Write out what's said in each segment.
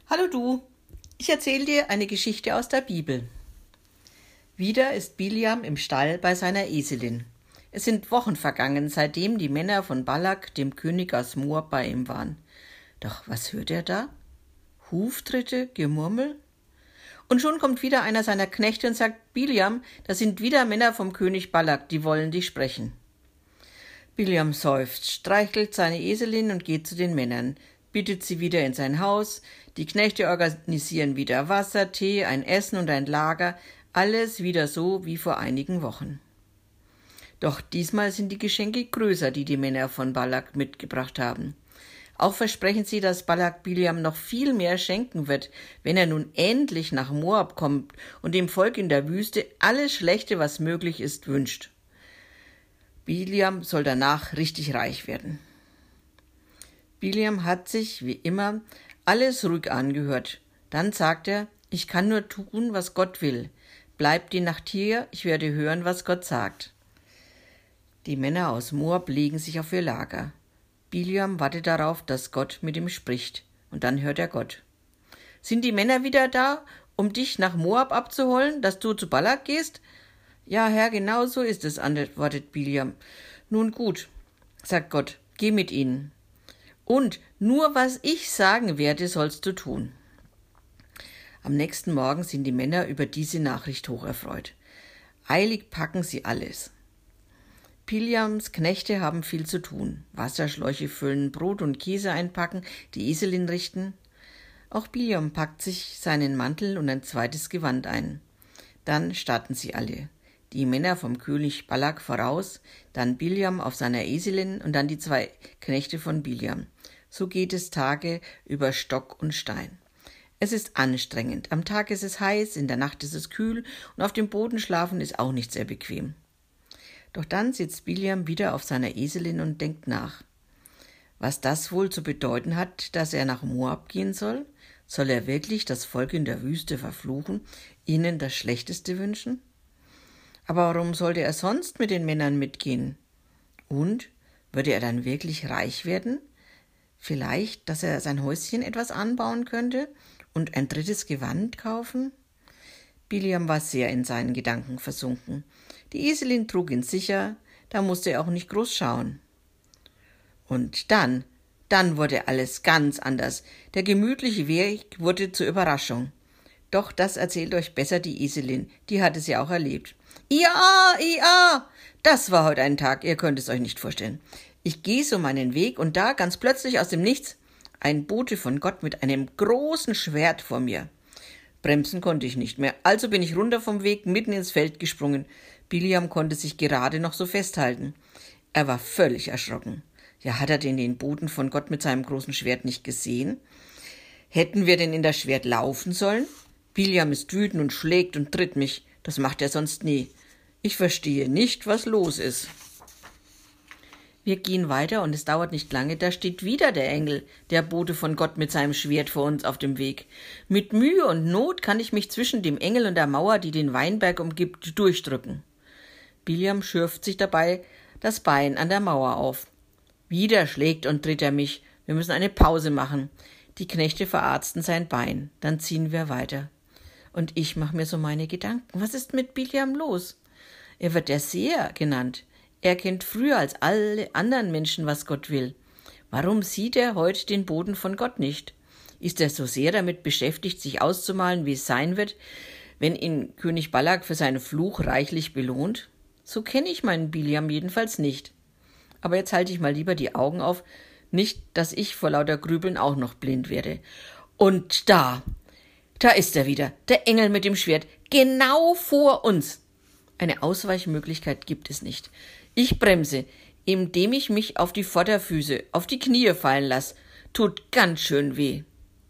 Hallo du, ich erzähle dir eine Geschichte aus der Bibel. Wieder ist Biljam im Stall bei seiner Eselin. Es sind Wochen vergangen, seitdem die Männer von Balak, dem König aus Moab, bei ihm waren. Doch was hört er da? Huftritte, Gemurmel? Und schon kommt wieder einer seiner Knechte und sagt: Biljam, das sind wieder Männer vom König Balak, die wollen dich sprechen. Biljam seufzt, streichelt seine Eselin und geht zu den Männern, bittet sie wieder in sein Haus. Die Knechte organisieren wieder Wasser, Tee, ein Essen und ein Lager, alles wieder so wie vor einigen Wochen. Doch diesmal sind die Geschenke größer, die die Männer von Balak mitgebracht haben. Auch versprechen sie, dass Balak Biljam noch viel mehr schenken wird, wenn er nun endlich nach Moab kommt und dem Volk in der Wüste alles Schlechte, was möglich ist, wünscht. Biljam soll danach richtig reich werden. Biljam hat sich, wie immer, alles ruhig angehört. Dann sagt er: Ich kann nur tun, was Gott will. Bleibt die Nacht hier, ich werde hören, was Gott sagt. Die Männer aus Moab legen sich auf ihr Lager. Biljam wartet darauf, dass Gott mit ihm spricht. Und dann hört er Gott. Sind die Männer wieder da, um dich nach Moab abzuholen, dass du zu Balak gehst? Ja, Herr, genau so ist es, antwortet Biljam. Nun gut, sagt Gott, geh mit ihnen. Und nur was ich sagen werde, sollst du tun. Am nächsten Morgen sind die Männer über diese Nachricht hocherfreut. Eilig packen sie alles. Biljams Knechte haben viel zu tun. Wasserschläuche füllen, Brot und Käse einpacken, die Eselin richten. Auch Biljam packt sich seinen Mantel und ein zweites Gewand ein. Dann starten sie alle. Die Männer vom König Balak voraus, dann Biljam auf seiner Eselin und dann die zwei Knechte von Biljam. So geht es Tage über Stock und Stein. Es ist anstrengend. Am Tag ist es heiß, in der Nacht ist es kühl und auf dem Boden schlafen ist auch nicht sehr bequem. Doch dann sitzt Biljam wieder auf seiner Eselin und denkt nach. Was das wohl zu bedeuten hat, dass er nach Moab gehen soll? Soll er wirklich das Volk in der Wüste verfluchen, ihnen das Schlechteste wünschen? Aber warum sollte er sonst mit den Männern mitgehen? Und würde er dann wirklich reich werden? Vielleicht, dass er sein Häuschen etwas anbauen könnte und ein drittes Gewand kaufen? Biljam war sehr in seinen Gedanken versunken. Die Eselin trug ihn sicher, da musste er auch nicht groß schauen. Und dann wurde alles ganz anders. Der gemütliche Weg wurde zur Überraschung. Doch das erzählt euch besser die Eselin, die hat es ja auch erlebt. Ja, das war heute ein Tag, ihr könnt es euch nicht vorstellen. Ich gehe so meinen Weg und da ganz plötzlich aus dem Nichts ein Bote von Gott mit einem großen Schwert vor mir. Bremsen konnte ich nicht mehr, also bin ich runter vom Weg, mitten ins Feld gesprungen. Biljam konnte sich gerade noch so festhalten. Er war völlig erschrocken. Ja, hat er denn den Boten von Gott mit seinem großen Schwert nicht gesehen? Hätten wir denn in das Schwert laufen sollen? Biljam ist wütend und schlägt und tritt mich. Das macht er sonst nie. Ich verstehe nicht, was los ist. Wir gehen weiter und es dauert nicht lange, da steht wieder der Engel, der Bote von Gott mit seinem Schwert vor uns auf dem Weg. Mit Mühe und Not kann ich mich zwischen dem Engel und der Mauer, die den Weinberg umgibt, durchdrücken. Biljam schürft sich dabei das Bein an der Mauer auf. Wieder schlägt und tritt er mich. Wir müssen eine Pause machen. Die Knechte verarzten sein Bein. Dann ziehen wir weiter. Und ich mache mir so meine Gedanken. Was ist mit Biljam los? Er wird der Seher genannt. Er kennt früher als alle anderen Menschen, was Gott will. Warum sieht er heute den Boden von Gott nicht? Ist er so sehr damit beschäftigt, sich auszumalen, wie es sein wird, wenn ihn König Balak für seinen Fluch reichlich belohnt? So kenne ich meinen Biljam jedenfalls nicht. Aber jetzt halte ich mal lieber die Augen auf, nicht, dass ich vor lauter Grübeln auch noch blind werde. Und da ist er wieder, der Engel mit dem Schwert, genau vor uns. Eine Ausweichmöglichkeit gibt es nicht. Ich bremse, indem ich mich auf die Vorderfüße, auf die Knie fallen lasse. Tut ganz schön weh.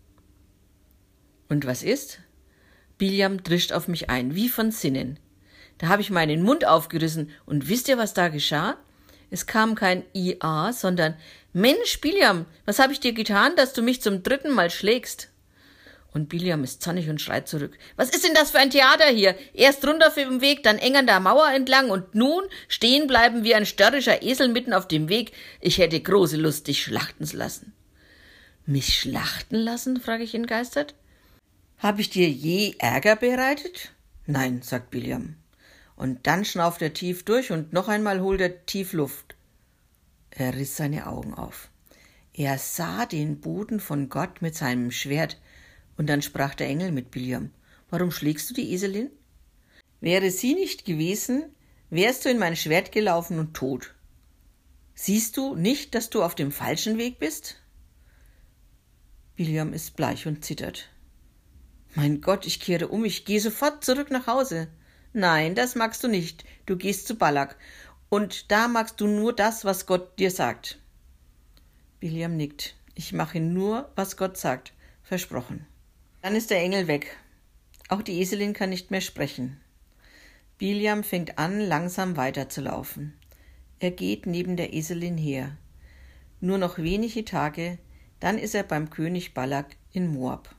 Und was ist? Biljam drischt auf mich ein, wie von Sinnen. Da habe ich meinen Mund aufgerissen und wisst ihr, was da geschah? Es kam kein IA, sondern: Mensch, Biljam, was habe ich dir getan, dass du mich zum 3. Mal schlägst? Und Biljam ist zornig und schreit zurück: Was ist denn das für ein Theater hier? Erst runter vom Weg, dann eng an der Mauer entlang und nun stehen bleiben wie ein störrischer Esel mitten auf dem Weg. Ich hätte große Lust, dich schlachten zu lassen. Mich schlachten lassen? Frage ich entgeistert. Habe ich dir je Ärger bereitet? Nein, sagt Biljam. Und dann schnauft er tief durch und noch einmal holt er tief Luft. Er riss seine Augen auf. Er sah den Boden von Gott mit seinem Schwert, und dann sprach der Engel mit Biljam: Warum schlägst du die Eselin? Wäre sie nicht gewesen, wärst du in mein Schwert gelaufen und tot. Siehst du nicht, dass du auf dem falschen Weg bist? Biljam ist bleich und zittert. Mein Gott, ich kehre um, ich gehe sofort zurück nach Hause. Nein, das magst du nicht, du gehst zu Balak, und da magst du nur das, was Gott dir sagt. Biljam nickt. Ich mache nur, was Gott sagt. Versprochen. Dann ist der Engel weg. Auch die Eselin kann nicht mehr sprechen. Biljam fängt an, langsam weiterzulaufen. Er geht neben der Eselin her. Nur noch wenige Tage, dann ist er beim König Balak in Moab.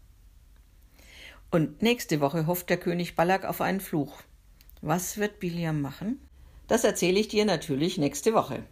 Und nächste Woche hofft der König Balak auf einen Fluch. Was wird Biljam machen? Das erzähle ich dir natürlich nächste Woche.